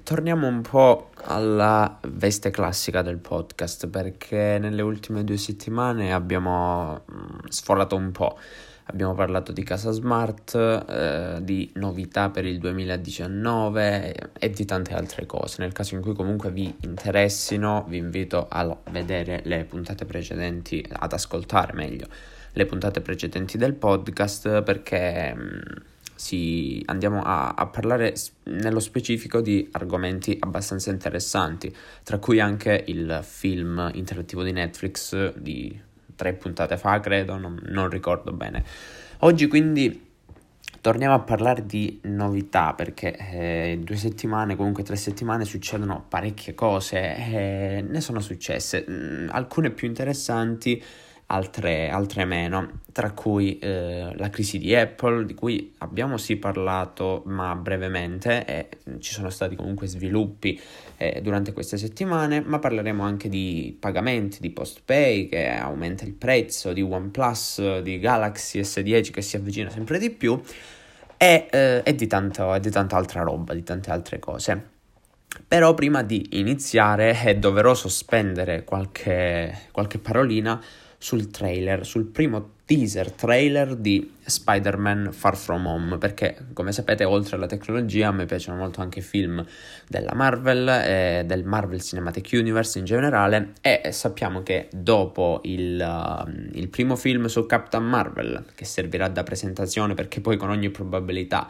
torniamo un po' alla veste classica del podcast, perché nelle ultime 2 settimane abbiamo sforato un po'. Abbiamo parlato di casa smart, di novità per il 2019 e di tante altre cose. Nel caso in cui comunque vi interessino, vi invito a vedere le puntate precedenti, ad ascoltare meglio le puntate precedenti del podcast, perché andiamo a parlare nello specifico di argomenti abbastanza interessanti, tra cui anche il film interattivo di Netflix di 3 puntate fa, credo, non ricordo bene. Oggi quindi torniamo a parlare di novità, perché 2 settimane, comunque 3 settimane, succedono parecchie cose, ne sono successe, alcune più interessanti, altre meno, tra cui la crisi di Apple, di cui abbiamo sì parlato ma brevemente, e ci sono stati comunque sviluppi durante queste settimane, ma parleremo anche di pagamenti, di post-pay che aumenta il prezzo, di OnePlus, di Galaxy S10 che si avvicina sempre di più e di tanta altra roba, di tante altre cose. Però prima di iniziare è doveroso spendere qualche parolina sul primo teaser trailer di Spider-Man Far From Home, perché come sapete, oltre alla tecnologia, a me piacciono molto anche i film della Marvel, del Marvel Cinematic Universe in generale, e sappiamo che dopo il primo film su Captain Marvel, che servirà da presentazione perché poi con ogni probabilità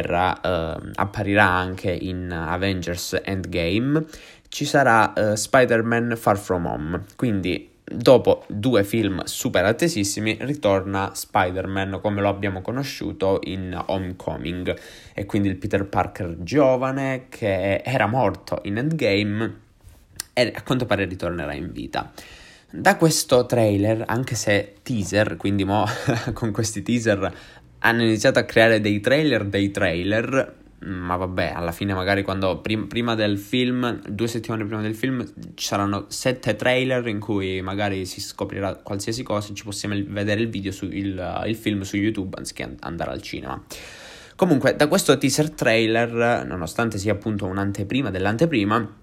apparirà anche in Avengers Endgame, ci sarà Spider-Man Far From Home, quindi dopo 2 film super attesissimi ritorna Spider-Man come lo abbiamo conosciuto in Homecoming, e quindi il Peter Parker giovane che era morto in Endgame e a quanto pare ritornerà in vita. Da questo trailer, anche se teaser, quindi con questi teaser hanno iniziato a creare dei trailer, ma vabbè, alla fine magari quando prima del film, 2 settimane prima del film, ci saranno 7 trailer in cui magari si scoprirà qualsiasi cosa e ci possiamo vedere il video il film su YouTube anziché andare al cinema. Comunque, da questo teaser trailer, nonostante sia appunto un'anteprima dell'anteprima,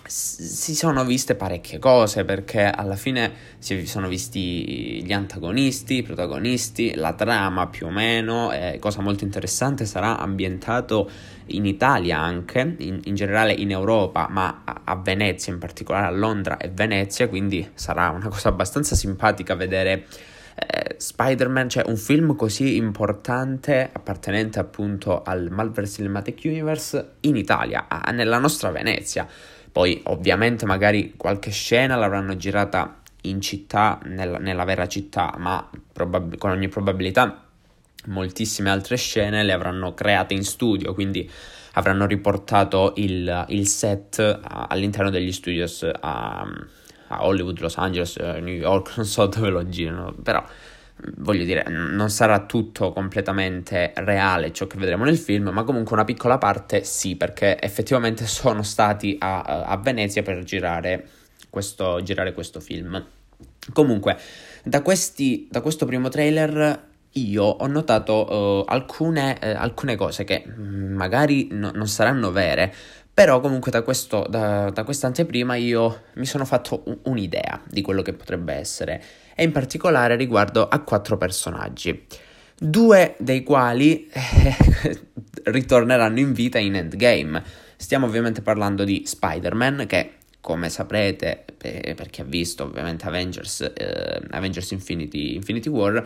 si sono viste parecchie cose, perché alla fine si sono visti gli antagonisti, i protagonisti, la trama più o meno, cosa molto interessante, sarà ambientato in Italia anche, in generale in Europa, ma a Venezia in particolare, a Londra e Venezia, quindi sarà una cosa abbastanza simpatica vedere Spider-Man, cioè un film così importante appartenente appunto al Marvel Cinematic Universe in Italia, nella nostra Venezia. Poi ovviamente magari qualche scena l'avranno girata in città, nella vera città, ma con ogni probabilità moltissime altre scene le avranno create in studio, quindi avranno riportato il set all'interno degli studios a Hollywood, Los Angeles, New York, non so dove lo girano, però voglio dire, non sarà tutto completamente reale ciò che vedremo nel film, ma comunque una piccola parte sì, perché effettivamente sono stati a Venezia per girare questo film. Comunque, da questo primo trailer io ho notato alcune cose che magari non saranno vere, però comunque da questa anteprima io mi sono fatto un'idea di quello che potrebbe essere, e in particolare riguardo a 4 personaggi, 2 dei quali ritorneranno in vita in Endgame. Stiamo ovviamente parlando di Spider-Man, che come saprete, per chi ha visto ovviamente Avengers Infinity War,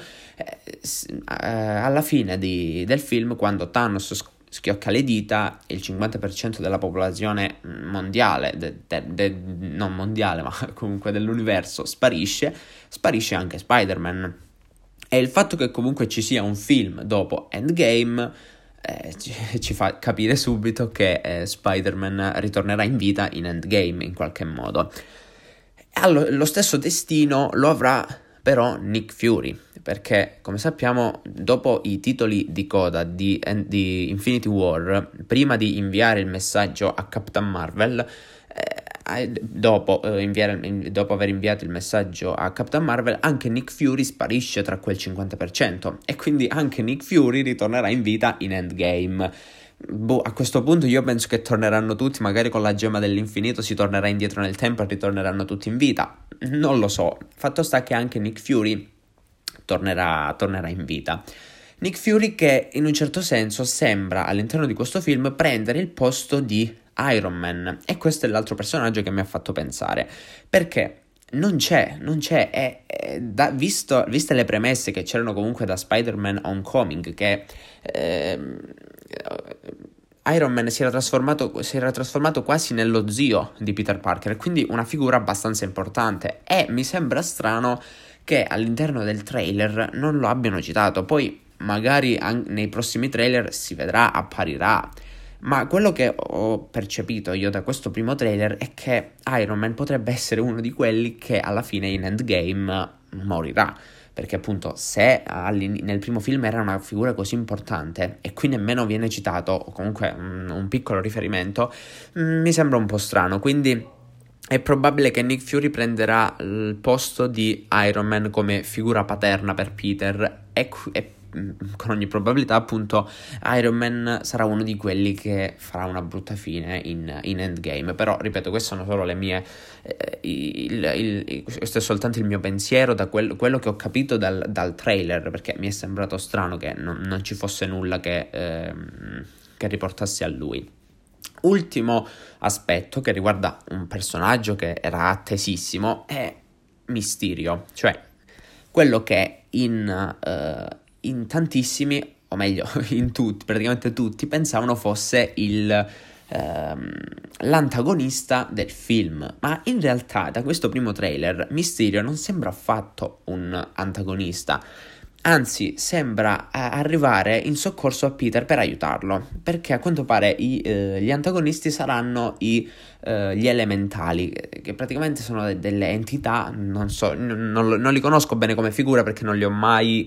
alla fine del film, quando Thanos schiocca le dita, il 50% della popolazione mondiale, non mondiale ma comunque dell'universo, sparisce anche Spider-Man. E il fatto che comunque ci sia un film dopo Endgame ci fa capire subito che Spider-Man ritornerà in vita in Endgame in qualche modo. Lo stesso destino lo avrà però Nick Fury, perché come sappiamo, dopo i titoli di coda di Infinity War, prima di inviare il messaggio a Captain Marvel, dopo aver inviato il messaggio a Captain Marvel, anche Nick Fury sparisce tra quel 50%, e quindi anche Nick Fury ritornerà in vita in Endgame. A questo punto io penso che torneranno tutti, magari con la gemma dell'infinito si tornerà indietro nel tempo e ritorneranno tutti in vita. Non lo so. Fatto sta che anche Nick Fury tornerà in vita. Nick Fury che in un certo senso sembra all'interno di questo film prendere il posto di Iron Man, e questo è l'altro personaggio che mi ha fatto pensare, perché viste le premesse che c'erano comunque da Spider-Man Homecoming, che Iron Man si era trasformato quasi nello zio di Peter Parker, quindi una figura abbastanza importante, e mi sembra strano che all'interno del trailer non lo abbiano citato. Poi magari nei prossimi trailer si vedrà, apparirà, ma quello che ho percepito io da questo primo trailer è che Iron Man potrebbe essere uno di quelli che alla fine in Endgame morirà, perché appunto se nel primo film era una figura così importante e qui nemmeno viene citato, o comunque un piccolo riferimento, mi sembra un po' strano. Quindi è probabile che Nick Fury prenderà il posto di Iron Man come figura paterna per Peter, e con ogni probabilità appunto Iron Man sarà uno di quelli che farà una brutta fine in Endgame. Però ripeto, queste sono solo le mie questo è soltanto il mio pensiero da quello che ho capito dal trailer, perché mi è sembrato strano che non ci fosse nulla che riportasse a lui. Ultimo aspetto che riguarda un personaggio che era attesissimo è Mysterio, cioè quello che in tantissimi, o meglio in tutti, praticamente tutti, pensavano fosse l'antagonista del film, ma in realtà da questo primo trailer Mysterio non sembra affatto un antagonista, anzi sembra arrivare in soccorso a Peter per aiutarlo, perché a quanto pare gli antagonisti saranno gli elementali, che praticamente sono delle entità, non so, non li conosco bene come figura perché non li ho mai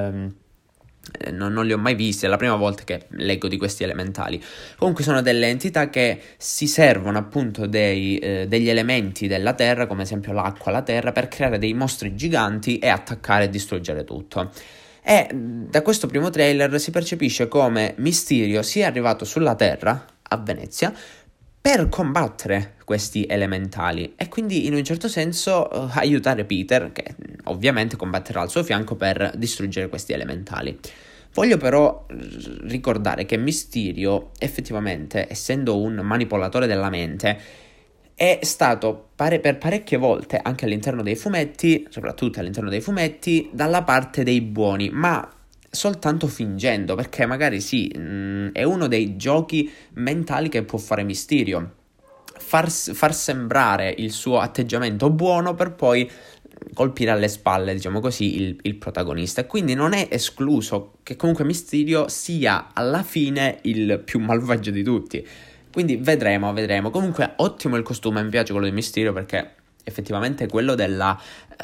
non li ho mai visti, è la prima volta che leggo di questi elementali. Comunque sono delle entità che si servono appunto degli elementi della terra, come ad esempio l'acqua, la terra, per creare dei mostri giganti e attaccare e distruggere tutto. E da questo primo trailer si percepisce come Mysterio sia arrivato sulla terra, a Venezia, per combattere questi elementali e quindi in un certo senso aiutare Peter, che ovviamente combatterà al suo fianco per distruggere questi elementali. Voglio però ricordare che Mysterio effettivamente, essendo un manipolatore della mente, è stato per parecchie volte, anche all'interno dei fumetti, soprattutto all'interno dei fumetti, dalla parte dei buoni, ma soltanto fingendo, perché magari sì, è uno dei giochi mentali che può fare Mysterio, far sembrare il suo atteggiamento buono per poi colpire alle spalle, diciamo così, il protagonista. E quindi non è escluso che comunque Mysterio sia alla fine il più malvagio di tutti. Quindi vedremo. Comunque ottimo il costume, mi piace quello di Mysterio, perché effettivamente quello della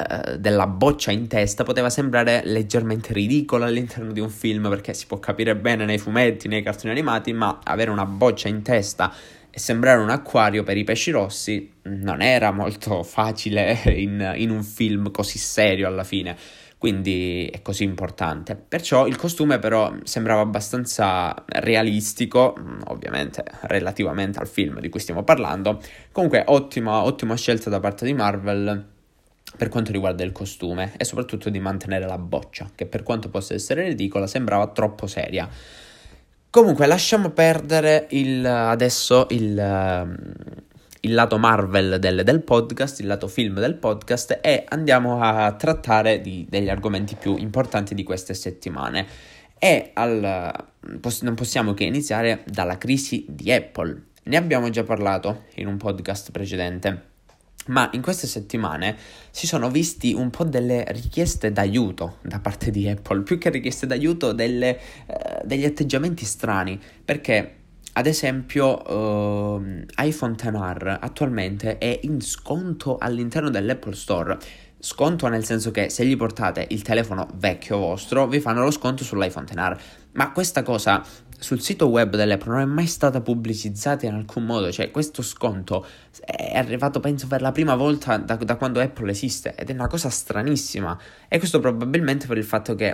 boccia in testa poteva sembrare leggermente ridicolo all'interno di un film, perché si può capire bene nei fumetti, nei cartoni animati, ma avere una boccia in testa e sembrare un acquario per i pesci rossi non era molto facile in un film così serio alla fine, quindi è così importante. Perciò il costume però sembrava abbastanza realistico, ovviamente relativamente al film di cui stiamo parlando. Comunque ottima scelta da parte di Marvel per quanto riguarda il costume, e soprattutto di mantenere la boccia, che per quanto possa essere ridicola sembrava troppo seria. Comunque lasciamo perdere adesso il lato Marvel del podcast, il lato film del podcast, e andiamo a trattare degli argomenti più importanti di queste settimane. E non possiamo che iniziare dalla crisi di Apple. Ne abbiamo già parlato in un podcast precedente, ma in queste settimane si sono visti un po' delle richieste d'aiuto da parte di Apple, più che richieste d'aiuto degli atteggiamenti strani, perché ad esempio iPhone XR attualmente è in sconto all'interno dell'Apple Store. Sconto nel senso che se gli portate il telefono vecchio vostro vi fanno lo sconto sull'iPhone XR, ma questa cosa sul sito web dell'Apple non è mai stata pubblicizzata in alcun modo. Cioè questo sconto è arrivato penso per la prima volta da quando Apple esiste, ed è una cosa stranissima, e questo probabilmente per il fatto che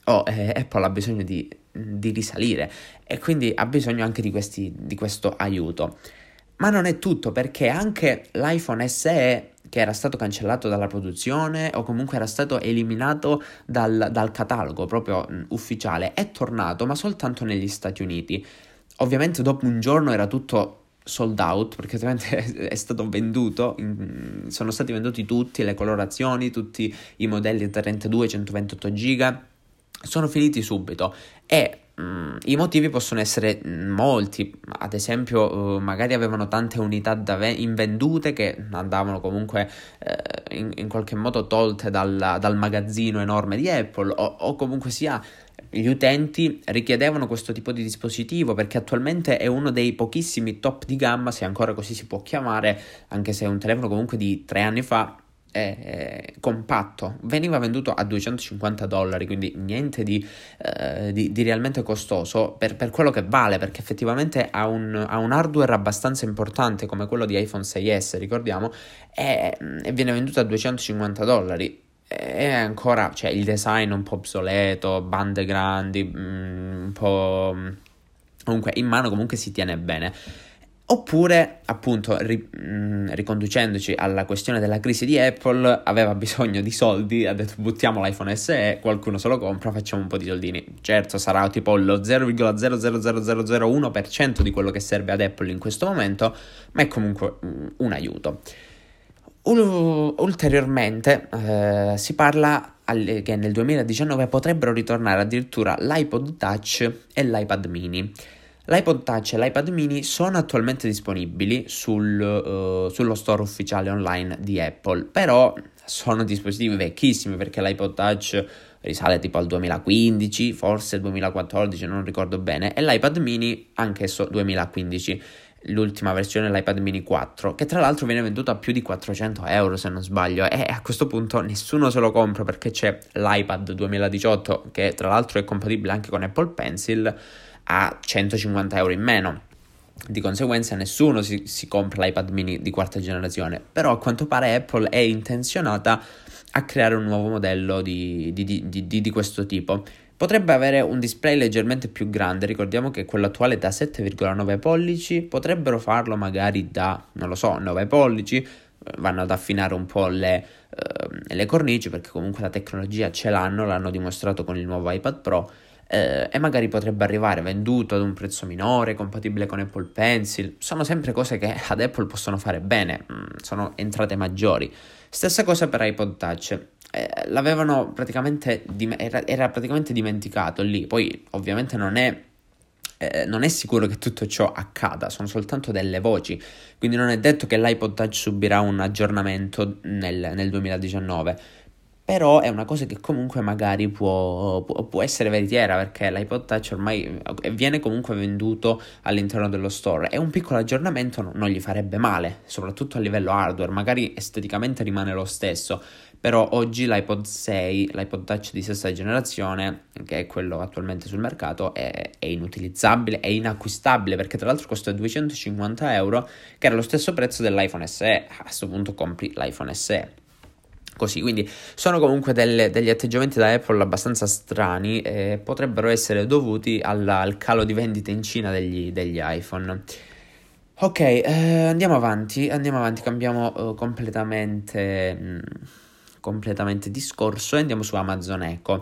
Apple ha bisogno di risalire e quindi ha bisogno anche di questo aiuto. Ma non è tutto, perché anche l'iPhone SE, che era stato cancellato dalla produzione o comunque era stato eliminato dal catalogo proprio ufficiale, è tornato, ma soltanto negli Stati Uniti. Ovviamente dopo un giorno era tutto sold out, perché ovviamente è stato venduto, sono stati venduti tutti, le colorazioni, tutti i modelli 32 128 giga, sono finiti subito e i motivi possono essere molti. Ad esempio magari avevano tante unità invendute che andavano comunque in qualche modo tolte dal magazzino enorme di Apple, o comunque sia gli utenti richiedevano questo tipo di dispositivo, perché attualmente è uno dei pochissimi top di gamma, se ancora così si può chiamare, anche se è un telefono comunque di 3 anni fa, è compatto. Veniva venduto a $250, quindi niente di realmente costoso per quello che vale, perché effettivamente ha un hardware abbastanza importante come quello di iPhone 6S, ricordiamo, e viene venduto a $250. E ancora, cioè, il design un po' obsoleto, bande grandi, un po'... comunque in mano comunque si tiene bene. Oppure, appunto, riconducendoci alla questione della crisi di Apple, aveva bisogno di soldi, ha detto buttiamo l'iPhone SE, qualcuno se lo compra, facciamo un po' di soldini. Certo, sarà tipo lo 0,00001% di quello che serve ad Apple in questo momento, ma è comunque un aiuto. Ulteriormente si parla che nel 2019 potrebbero ritornare addirittura l'iPod Touch e l'iPad mini. L'iPod Touch e l'iPad mini sono attualmente disponibili sullo store ufficiale online di Apple, però sono dispositivi vecchissimi, perché l'iPod Touch risale tipo al 2015, forse 2014, non ricordo bene, e l'iPad mini anch'esso 2015. L'ultima versione, l'iPad mini 4, che tra l'altro viene venduto a più di €400 se non sbaglio, e a questo punto nessuno se lo compra, perché c'è l'iPad 2018 che tra l'altro è compatibile anche con Apple Pencil a €150 in meno. Di conseguenza nessuno si compra l'iPad mini di quarta generazione, però a quanto pare Apple è intenzionata a creare un nuovo modello di questo tipo. Potrebbe avere un display leggermente più grande, ricordiamo che quello attuale è da 7,9 pollici, potrebbero farlo magari da, non lo so, 9 pollici, vanno ad affinare un po' le cornici, perché comunque la tecnologia ce l'hanno dimostrato con il nuovo iPad Pro, e magari potrebbe arrivare venduto ad un prezzo minore, compatibile con Apple Pencil. Sono sempre cose che ad Apple possono fare bene, sono entrate maggiori. Stessa cosa per iPod Touch. L'avevano praticamente era praticamente dimenticato lì. Poi ovviamente non è sicuro che tutto ciò accada, sono soltanto delle voci, quindi non è detto che l'iPod Touch subirà un aggiornamento nel 2019, però è una cosa che comunque magari può essere veritiera, perché l'iPod Touch ormai viene comunque venduto all'interno dello store e un piccolo aggiornamento non gli farebbe male, soprattutto a livello hardware. Magari esteticamente rimane lo stesso, però oggi l'iPod Touch di sesta generazione, che è quello attualmente sul mercato, è inutilizzabile, è inacquistabile, perché tra l'altro costa €250, che era lo stesso prezzo dell'iPhone SE. A questo punto compri l'iPhone SE. Così, quindi sono comunque degli atteggiamenti da Apple abbastanza strani, e potrebbero essere dovuti al calo di vendite in Cina degli iPhone. Ok, andiamo avanti, cambiamo completamente discorso e andiamo su Amazon Echo.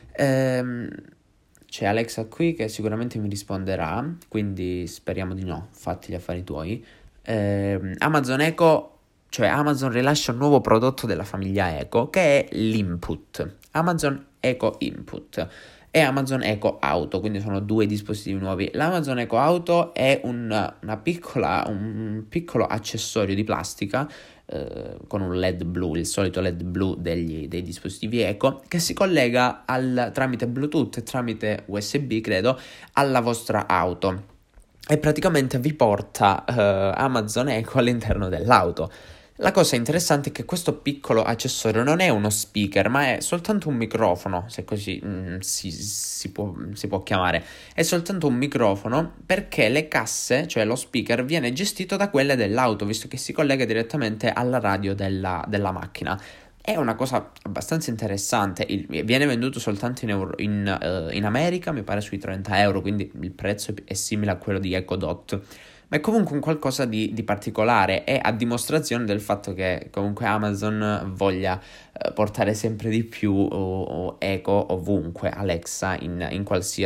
C'è Alexa qui che sicuramente mi risponderà, quindi speriamo di no, fatti gli affari tuoi. Amazon Echo, cioè Amazon rilascia un nuovo prodotto della famiglia Echo, che è l'Input, Amazon Echo Input e Amazon Echo Auto, quindi sono due dispositivi nuovi. L'Amazon Echo Auto è un piccolo accessorio di plastica con un LED blu, il solito LED blu dei dispositivi Echo, che si collega tramite Bluetooth e tramite USB, credo, alla vostra auto, e praticamente vi porta Amazon Echo all'interno dell'auto. La cosa interessante è che questo piccolo accessorio non è uno speaker, ma è soltanto un microfono, se così si può chiamare. È soltanto un microfono, perché le casse, cioè lo speaker, viene gestito da quelle dell'auto, visto che si collega direttamente alla radio della macchina. È una cosa abbastanza interessante, viene venduto soltanto in America, mi pare sui 30 euro, quindi il prezzo è simile a quello di Echo Dot, ma è comunque un qualcosa di particolare e a dimostrazione del fatto che comunque Amazon voglia portare sempre di più Echo ovunque, Alexa in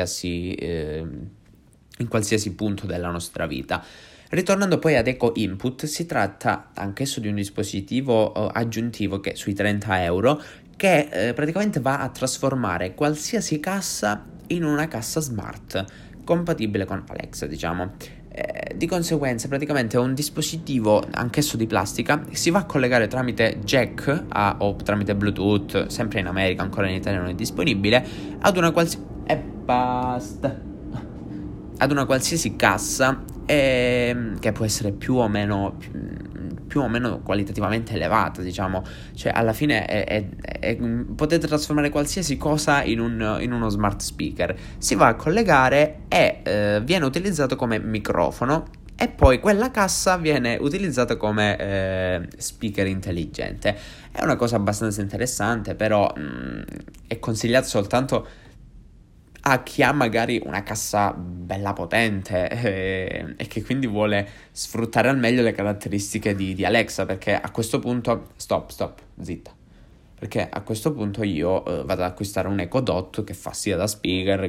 qualsiasi punto della nostra vita. Ritornando poi ad Echo Input, si tratta anch'esso di un dispositivo aggiuntivo che sui 30 euro che praticamente va a trasformare qualsiasi cassa in una cassa smart compatibile con Alexa, diciamo. Di conseguenza praticamente è un dispositivo anch'esso di plastica, si va a collegare tramite jack o tramite Bluetooth, sempre in America, ancora in Italia non è disponibile, ad una qualsiasi cassa che può essere più o meno qualitativamente elevata, diciamo, cioè alla fine potete trasformare qualsiasi cosa in uno smart speaker, si va a collegare e viene utilizzato come microfono e poi quella cassa viene utilizzata come speaker intelligente. È una cosa abbastanza interessante, però è consigliato soltanto a chi ha magari una cassa bella potente e che quindi vuole sfruttare al meglio le caratteristiche di Alexa, perché a questo punto stop, zitta, perché a questo punto io vado ad acquistare un Echo Dot che fa sia da speaker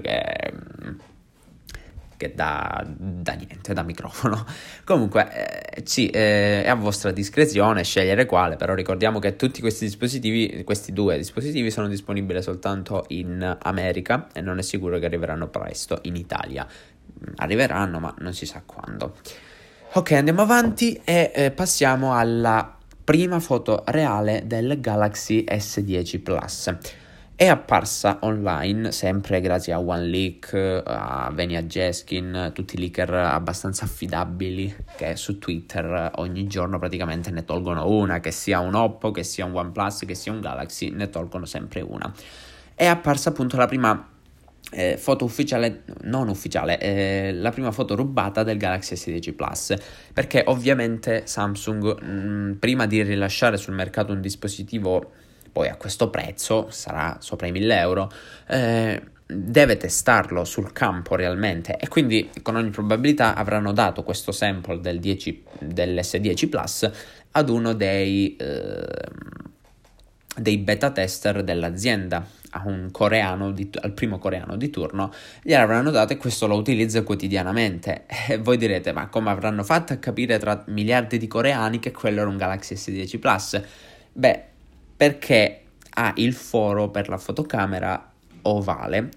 che da niente, da microfono. Comunque sì, è a vostra discrezione scegliere quale, però ricordiamo che tutti questi due dispositivi sono disponibili soltanto in America e non è sicuro che arriveranno presto in Italia. Arriveranno, ma non si sa quando. Ok, andiamo avanti e passiamo alla prima foto reale del Galaxy S10 Plus. È apparsa online, sempre grazie a OneLeak, a Venia Jeskin, tutti leaker abbastanza affidabili che su Twitter ogni giorno praticamente ne tolgono una, che sia un Oppo, che sia un OnePlus, che sia un Galaxy, ne tolgono sempre una. È apparsa appunto la prima foto ufficiale, non ufficiale, la prima foto rubata del Galaxy S10 Plus, perché ovviamente Samsung prima di rilasciare sul mercato un dispositivo poi a questo prezzo, sarà sopra i 1.000 euro, deve testarlo sul campo realmente e quindi con ogni probabilità avranno dato questo sample dell'S10 Plus ad uno dei beta tester dell'azienda, al primo coreano di turno, gliel'avranno dato e questo lo utilizza quotidianamente. E voi direte, ma come avranno fatto a capire tra miliardi di coreani che quello era un Galaxy S10 Plus? Beh, perché ha il foro per la fotocamera ovale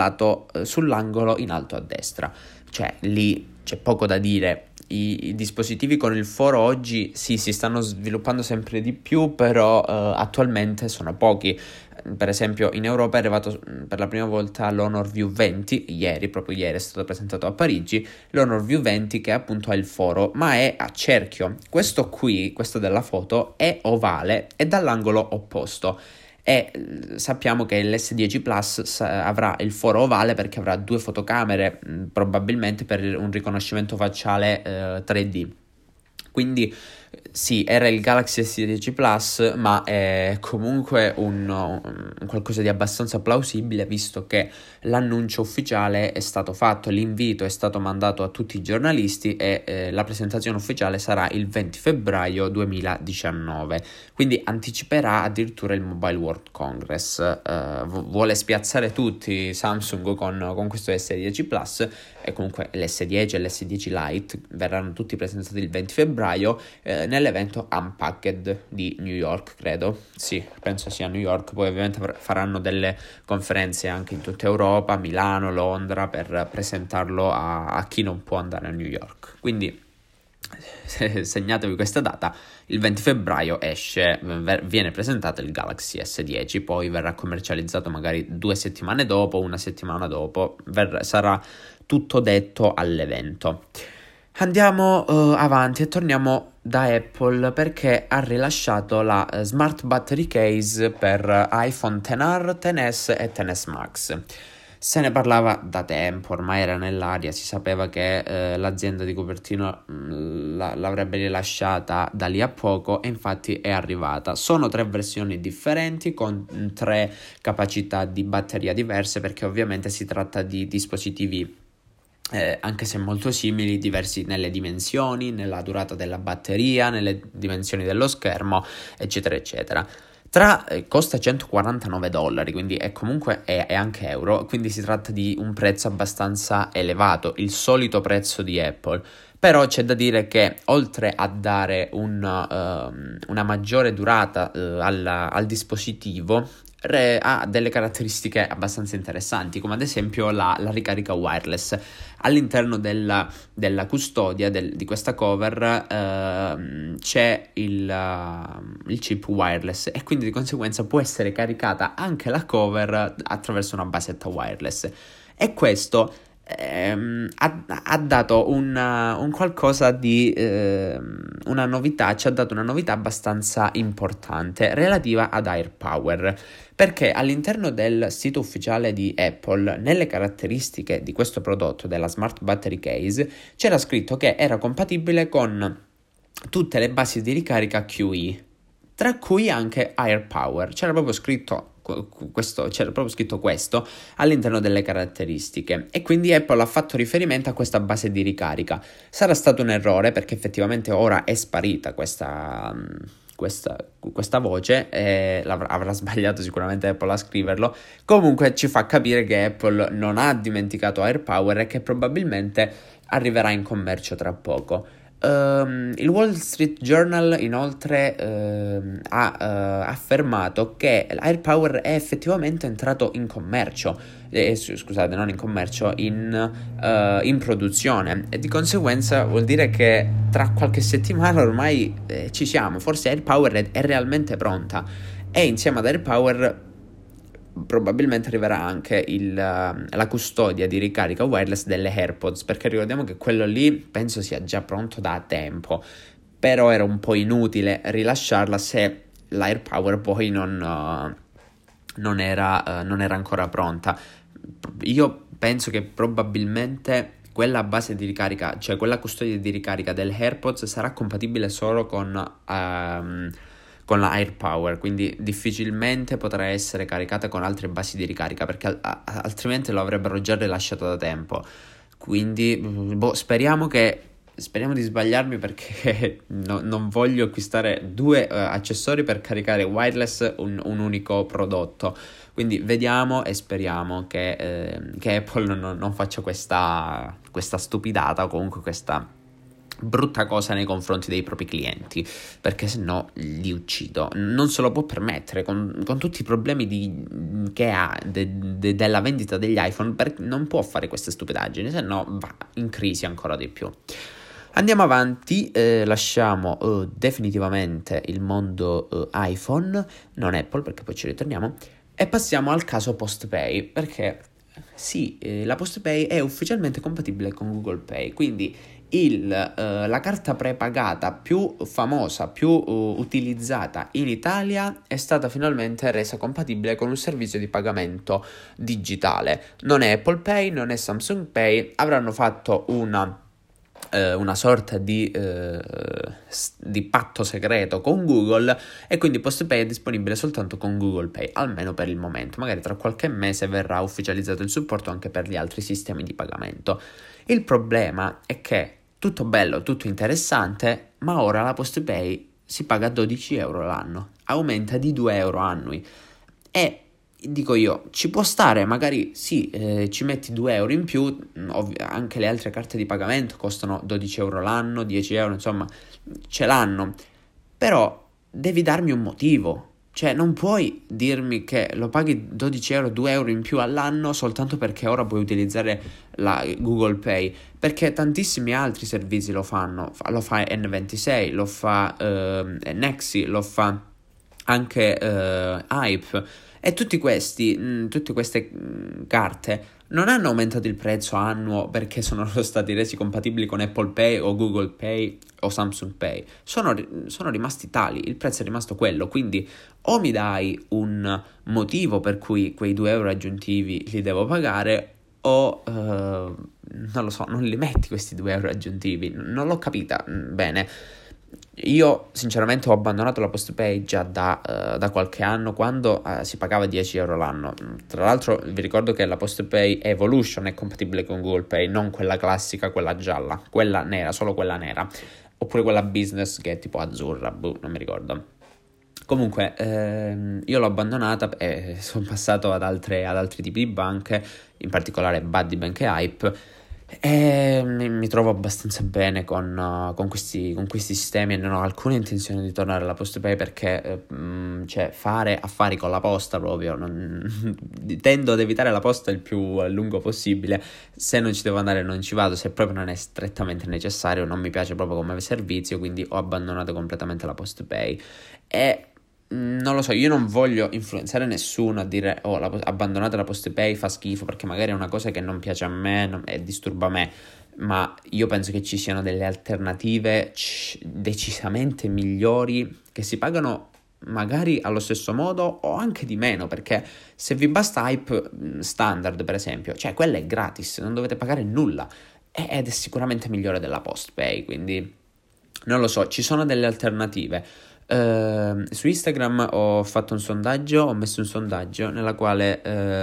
sull'angolo in alto a destra, cioè lì c'è poco da dire. I dispositivi con il foro oggi sì, si stanno sviluppando sempre di più, però attualmente sono pochi. Per esempio in Europa è arrivato per la prima volta l'Honor View 20, proprio ieri è stato presentato a Parigi, l'Honor View 20 che appunto ha il foro, ma è a cerchio. Questo della foto è ovale e dall'angolo opposto. E sappiamo che l'S10 Plus avrà il foro ovale perché avrà due fotocamere, probabilmente per un riconoscimento facciale 3D. Quindi sì, era il Galaxy S10 Plus, ma è comunque un qualcosa di abbastanza plausibile, visto che l'annuncio ufficiale è stato fatto, l'invito è stato mandato a tutti i giornalisti e la presentazione ufficiale sarà il 20 febbraio 2019, quindi anticiperà addirittura il Mobile World Congress. Vuole spiazzare tutti Samsung con questo S10 Plus, e comunque l'S10 e l'S10 Lite verranno tutti presentati il 20 febbraio nell'evento Unpacked di New York, credo. Sì, penso sia a New York. Poi ovviamente faranno delle conferenze anche in tutta Europa, Milano, Londra, per presentarlo a chi non può andare a New York. Quindi segnatevi questa data, il 20 febbraio viene presentato il Galaxy S10, poi verrà commercializzato magari 2 settimane dopo, una settimana dopo, sarà tutto detto all'evento. Andiamo avanti e torniamo da Apple, perché ha rilasciato la Smart Battery Case per iPhone XR, XS e XS Max. Se ne parlava da tempo, ormai era nell'aria, si sapeva che l'azienda di Cupertino l'avrebbe rilasciata da lì a poco e infatti è arrivata. Sono 3 versioni differenti con 3 capacità di batteria diverse, perché ovviamente si tratta di dispositivi anche se molto simili, diversi nelle dimensioni, nella durata della batteria, nelle dimensioni dello schermo, eccetera eccetera. Costa $149, quindi è anche euro, quindi si tratta di un prezzo abbastanza elevato, il solito prezzo di Apple. Però c'è da dire che oltre a dare una maggiore durata al dispositivo, ha delle caratteristiche abbastanza interessanti, come ad esempio la ricarica wireless. All'interno della custodia di questa cover c'è il chip wireless e quindi di conseguenza può essere caricata anche la cover attraverso una basetta wireless, e questo ha dato un qualcosa di una novità, ci ha dato una novità abbastanza importante relativa ad AirPower, perché all'interno del sito ufficiale di Apple, nelle caratteristiche di questo prodotto, della Smart Battery Case, c'era scritto che era compatibile con tutte le basi di ricarica QE, tra cui anche AirPower. C'era proprio scritto questo all'interno delle caratteristiche, e quindi Apple ha fatto riferimento a questa base di ricarica. Sarà stato un errore, perché effettivamente ora è sparita questa voce, e avrà sbagliato sicuramente Apple a scriverlo. Comunque ci fa capire che Apple non ha dimenticato AirPower e che probabilmente arriverà in commercio tra poco. Il Wall Street Journal inoltre ha affermato che l'AirPower è effettivamente entrato in commercio, scusate, non in commercio, in produzione, e di conseguenza vuol dire che tra qualche settimana ormai ci siamo. Forse AirPower è realmente pronta, e insieme ad AirPower probabilmente arriverà anche la custodia di ricarica wireless delle AirPods, perché ricordiamo che quello lì penso sia già pronto da tempo, però era un po' inutile rilasciarla se l'AirPower poi non era ancora pronta. Io penso che probabilmente quella base di ricarica, cioè quella custodia di ricarica delle AirPods, sarà compatibile solo con la AirPower, quindi difficilmente potrà essere caricata con altre basi di ricarica, perché altrimenti lo avrebbero già rilasciato da tempo. Quindi speriamo di sbagliarmi, perché non voglio acquistare 2 accessori per caricare wireless un unico prodotto. Quindi vediamo e speriamo che Apple non faccia questa stupidata, o comunque questa brutta cosa nei confronti dei propri clienti, perché se no li uccido. Non se lo può permettere con tutti i problemi che ha della vendita degli iPhone, perché non può fare queste stupidaggini, se no va in crisi ancora di più. Andiamo avanti, lasciamo definitivamente il mondo iPhone, non Apple, perché poi ci ritorniamo, e passiamo al caso PostPay, perché sì, la PostPay è ufficialmente compatibile con Google Pay, quindi la carta prepagata più famosa, più utilizzata in Italia, è stata finalmente resa compatibile con un servizio di pagamento digitale. Non è Apple Pay, non è Samsung Pay, avranno fatto una sorta di patto segreto con Google, e quindi PostPay è disponibile soltanto con Google Pay, almeno per il momento. Magari tra qualche mese verrà ufficializzato il supporto anche per gli altri sistemi di pagamento. Il problema è che tutto bello, tutto interessante, ma ora la PostPay si paga 12 euro l'anno, aumenta di 2 euro annui, e dico io, ci può stare, magari sì, ci metti 2 euro in più, anche le altre carte di pagamento costano 12 euro l'anno, 10 euro, insomma, ce l'hanno, però devi darmi un motivo. Cioè, non puoi dirmi che lo paghi 12 euro, 2 euro in più all'anno soltanto perché ora puoi utilizzare la Google Pay, perché tantissimi altri servizi lo fanno. Lo fa N26, lo fa Nexi, lo fa anche Hype, e tutte queste carte non hanno aumentato il prezzo annuo perché sono stati resi compatibili con Apple Pay o Google Pay o Samsung Pay, sono rimasti tali, il prezzo è rimasto quello, quindi o mi dai un motivo per cui quei 2 euro aggiuntivi li devo pagare o non lo so, non li metti questi 2 euro aggiuntivi, non l'ho capita bene. Io sinceramente ho abbandonato la PostPay già da qualche anno, quando si pagava 10 euro l'anno. Tra l'altro vi ricordo che la PostPay Evolution è compatibile con Google Pay, non quella classica, quella gialla, quella nera, solo quella nera, oppure quella business che è tipo azzurra, non mi ricordo. Comunque io l'ho abbandonata e sono passato ad altri tipi di banche, in particolare Buddy Bank e Hype, e mi trovo abbastanza bene con questi sistemi e non ho alcuna intenzione di tornare alla PostPay perché cioè fare affari con la posta proprio tendo ad evitare la posta il più a lungo possibile. Se non ci devo andare non ci vado, se proprio non è strettamente necessario, non mi piace proprio come servizio, quindi ho abbandonato completamente la PostPay. E non lo so, io non voglio influenzare nessuno a dire abbandonate la PostPay, fa schifo, perché magari è una cosa che non piace a me e disturba me, ma io penso che ci siano delle alternative decisamente migliori che si pagano magari allo stesso modo o anche di meno, perché se vi basta Hype standard per esempio, cioè quella è gratis, non dovete pagare nulla ed è sicuramente migliore della PostPay, quindi non lo so, ci sono delle alternative. Su Instagram ho messo un sondaggio nella quale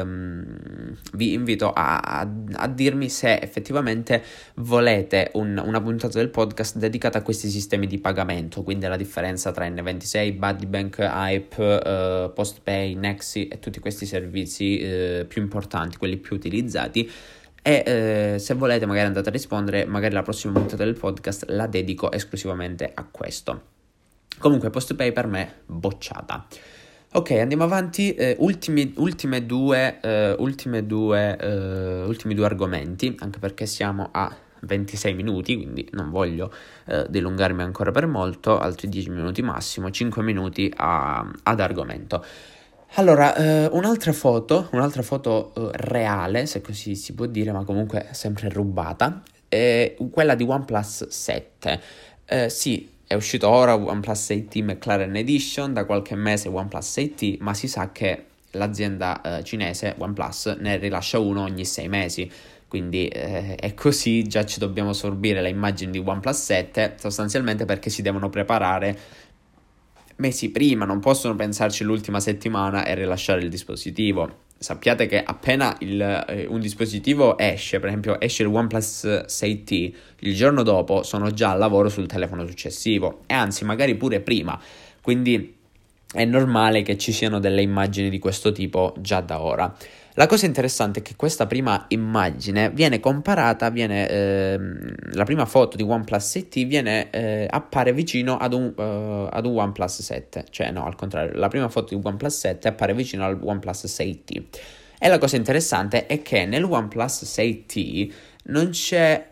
vi invito a dirmi se effettivamente volete una puntata del podcast dedicata a questi sistemi di pagamento, quindi alla differenza tra N26, Buddy Bank, Hype, PostPay, Nexi e tutti questi servizi più importanti, quelli più utilizzati. E se volete magari andate a rispondere, magari la prossima puntata del podcast la dedico esclusivamente a questo. Comunque PostPay per me bocciata. Ok, andiamo avanti. Ultimi due argomenti, anche perché siamo a 26 minuti, quindi non voglio dilungarmi ancora per molto, altri 10 minuti massimo, 5 minuti ad argomento. Allora, un'altra foto reale, se così si può dire, ma comunque sempre rubata, è quella di OnePlus 7. Sì, è uscito ora OnePlus 6T McLaren Edition, da qualche mese OnePlus 6T, ma si sa che l'azienda cinese OnePlus ne rilascia uno ogni 6 mesi, quindi è così, già ci dobbiamo sorbire le immagini di OnePlus 7, sostanzialmente perché si devono preparare mesi prima, non possono pensarci l'ultima settimana e rilasciare il dispositivo. Sappiate che appena un dispositivo esce, per esempio esce il OnePlus 6T, il giorno dopo sono già al lavoro sul telefono successivo, e anzi magari pure prima, quindi è normale che ci siano delle immagini di questo tipo già da ora. La cosa interessante è che questa prima immagine viene comparata, la prima foto di OnePlus 6T appare vicino ad un OnePlus 7, cioè no, al contrario, la prima foto di OnePlus 7 appare vicino al OnePlus 6T. E la cosa interessante è che nel OnePlus 6T non c'è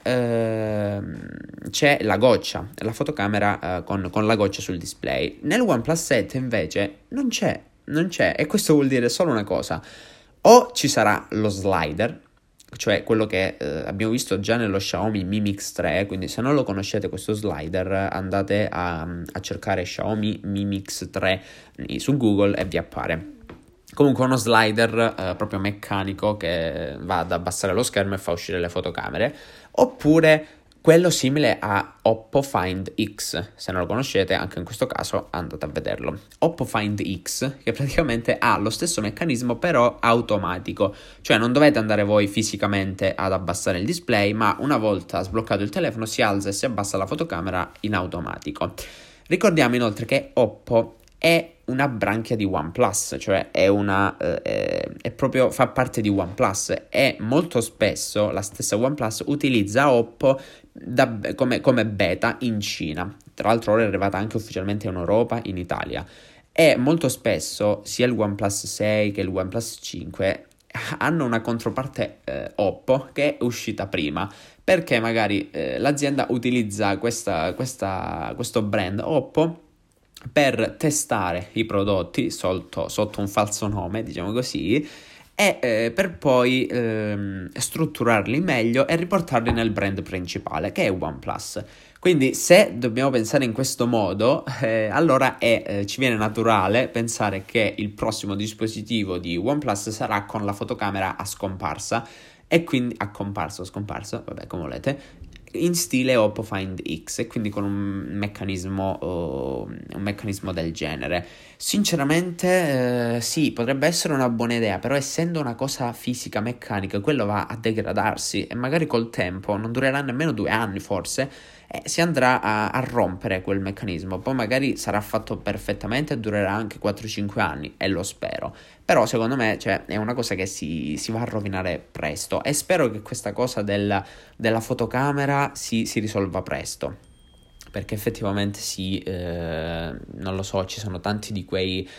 la goccia, la fotocamera con la goccia sul display. Nel OnePlus 7 invece non c'è, e questo vuol dire solo una cosa: o ci sarà lo slider, cioè quello che abbiamo visto già nello Xiaomi Mi Mix 3, quindi se non lo conoscete questo slider andate a cercare Xiaomi Mi Mix 3 su Google e vi appare. Comunque uno slider proprio meccanico che va ad abbassare lo schermo e fa uscire le fotocamere, oppure quello simile a Oppo Find X. Se non lo conoscete, anche in questo caso andate a vederlo. Oppo Find X, che praticamente ha lo stesso meccanismo però automatico, cioè non dovete andare voi fisicamente ad abbassare il display, ma una volta sbloccato il telefono si alza e si abbassa la fotocamera in automatico. Ricordiamo inoltre che Oppo è una branchia di OnePlus, cioè è proprio, fa parte di OnePlus, e molto spesso la stessa OnePlus utilizza Oppo come beta in Cina. Tra l'altro ora è arrivata anche ufficialmente in Europa, in Italia, e molto spesso sia il OnePlus 6 che il OnePlus 5 hanno una controparte Oppo che è uscita prima, perché magari l'azienda utilizza questo brand Oppo per testare i prodotti sotto un falso nome, diciamo così, e per poi strutturarli meglio e riportarli nel brand principale, che è OnePlus. Quindi se dobbiamo pensare in questo modo, allora ci viene naturale pensare che il prossimo dispositivo di OnePlus sarà con la fotocamera a scomparsa, e quindi a comparso o scomparso, vabbè, come volete, in stile Oppo Find X, e quindi con un meccanismo del genere. Sinceramente, sì, potrebbe essere una buona idea, però essendo una cosa fisica, meccanica, quello va a degradarsi e magari col tempo, non durerà nemmeno 2 anni forse, si andrà a rompere quel meccanismo. Poi magari sarà fatto perfettamente e durerà anche 4-5 anni, e lo spero. Però secondo me, cioè, è una cosa che si va a rovinare presto, e spero che questa cosa della fotocamera si risolva presto. Perché effettivamente sì, non lo so, ci sono tanti di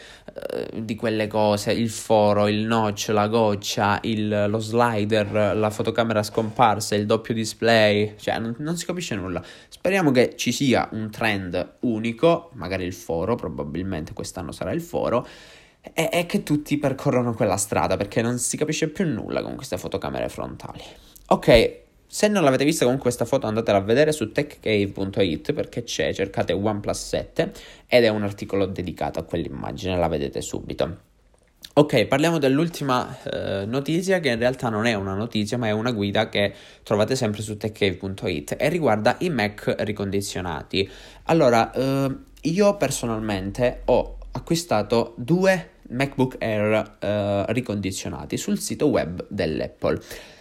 quelle cose, il foro, il notch, la goccia, lo slider, la fotocamera scomparsa, il doppio display, cioè non si capisce nulla. Speriamo che ci sia un trend unico, magari il foro, probabilmente quest'anno sarà il foro, e che tutti percorrono quella strada, perché non si capisce più nulla con queste fotocamere frontali. Ok. Se non l'avete vista comunque questa foto, andatela a vedere su techcave.it, perché cercate OnePlus 7 ed è un articolo dedicato a quell'immagine, la vedete subito. Ok, parliamo dell'ultima notizia, che in realtà non è una notizia ma è una guida che trovate sempre su techcave.it e riguarda i Mac ricondizionati. Allora, io personalmente ho acquistato 2 MacBook Air ricondizionati sul sito web dell'Apple.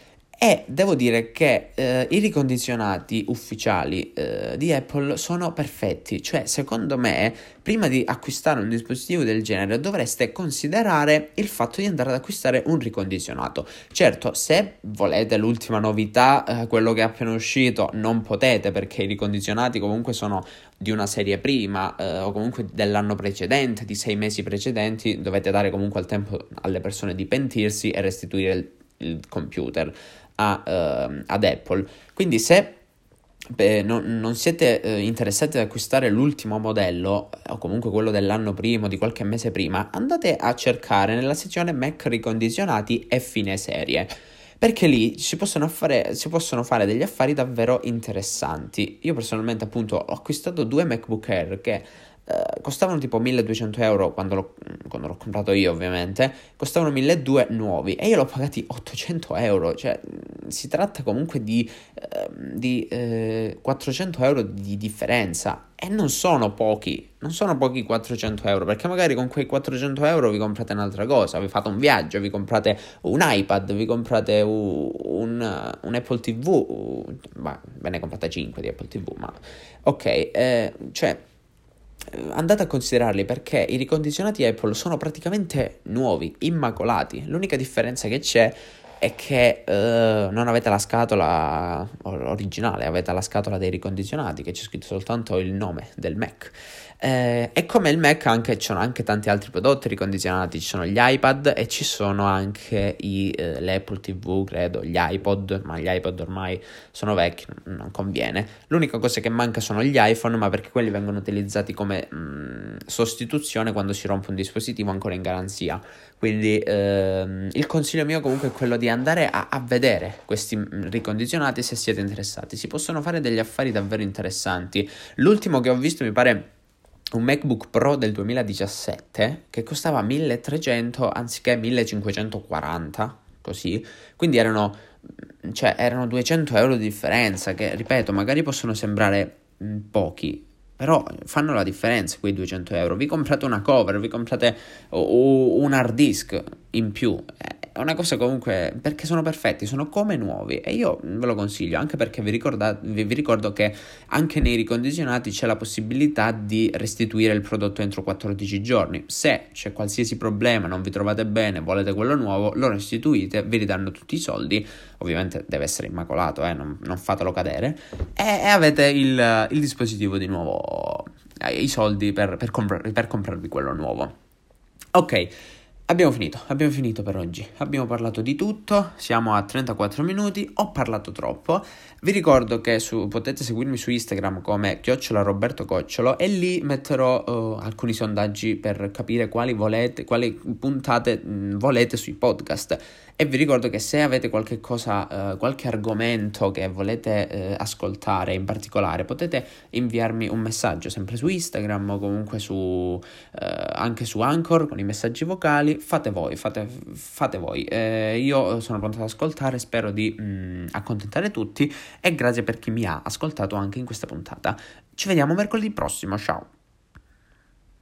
E devo dire che i ricondizionati ufficiali di Apple sono perfetti. Cioè, secondo me, prima di acquistare un dispositivo del genere dovreste considerare il fatto di andare ad acquistare un ricondizionato. Certo, se volete l'ultima novità, quello che è appena uscito, non potete, perché i ricondizionati comunque sono di una serie prima o comunque dell'anno precedente, di 6 mesi precedenti. Dovete dare comunque il tempo alle persone di pentirsi e restituire il computer ad Apple. Quindi se non siete interessati ad acquistare l'ultimo modello o comunque quello dell'anno prima, di qualche mese prima, andate a cercare nella sezione Mac ricondizionati e fine serie, perché lì si possono fare degli affari davvero interessanti. Io personalmente appunto ho acquistato 2 MacBook Air che costavano tipo 1.200 euro quando l'ho comprato io, ovviamente. Costavano 1.200 nuovi e io l'ho pagati 800 euro. Cioè, si tratta comunque di 400 euro di differenza, e non sono pochi 400 euro, perché magari con quei 400 euro vi comprate un'altra cosa, vi fate un viaggio, vi comprate un iPad, vi comprate un Apple TV, ve ne comprate 5 di Apple TV, ma ok, cioè andate a considerarli, perché i ricondizionati Apple sono praticamente nuovi, immacolati. L'unica differenza che c'è è che non avete la scatola originale, avete la scatola dei ricondizionati, che c'è scritto soltanto il nome del Mac. E come il Mac ci sono anche tanti altri prodotti ricondizionati, ci sono gli iPad e ci sono anche le Apple TV, credo, gli iPod, ma gli iPod ormai sono vecchi, non conviene. L'unica cosa che manca sono gli iPhone, ma perché quelli vengono utilizzati come sostituzione quando si rompe un dispositivo ancora in garanzia. Quindi il consiglio mio comunque è quello di andare a vedere questi ricondizionati se siete interessati. Si possono fare degli affari davvero interessanti. L'ultimo che ho visto mi pare un MacBook Pro del 2017 che costava 1.300 anziché 1.540, così. Quindi erano 200 euro di differenza, che ripeto, magari possono sembrare pochi, però fanno la differenza quei 200 euro. Vi comprate una cover, vi comprate un hard disk in più. È una cosa comunque, perché sono perfetti, sono come nuovi, e io ve lo consiglio, anche perché vi ricordo che anche nei ricondizionati c'è la possibilità di restituire il prodotto entro 14 giorni. Se c'è qualsiasi problema, non vi trovate bene, volete quello nuovo, lo restituite, vi ridanno tutti i soldi. Ovviamente deve essere immacolato, non fatelo cadere, e avete il dispositivo di nuovo, i soldi per comprarvi quello nuovo. Ok. Abbiamo finito per oggi. Abbiamo parlato di tutto, siamo a 34 minuti, ho parlato troppo. Vi ricordo che potete seguirmi su Instagram come @RobertoCocciolo e lì metterò alcuni sondaggi per capire quali puntate volete sui podcast. E vi ricordo che se avete qualche cosa, qualche argomento che volete ascoltare in particolare, potete inviarmi un messaggio sempre su Instagram o comunque anche su Anchor con i messaggi vocali. Fate voi. Io sono pronto ad ascoltare, spero di accontentare tutti e grazie per chi mi ha ascoltato anche in questa puntata. Ci vediamo mercoledì prossimo, ciao!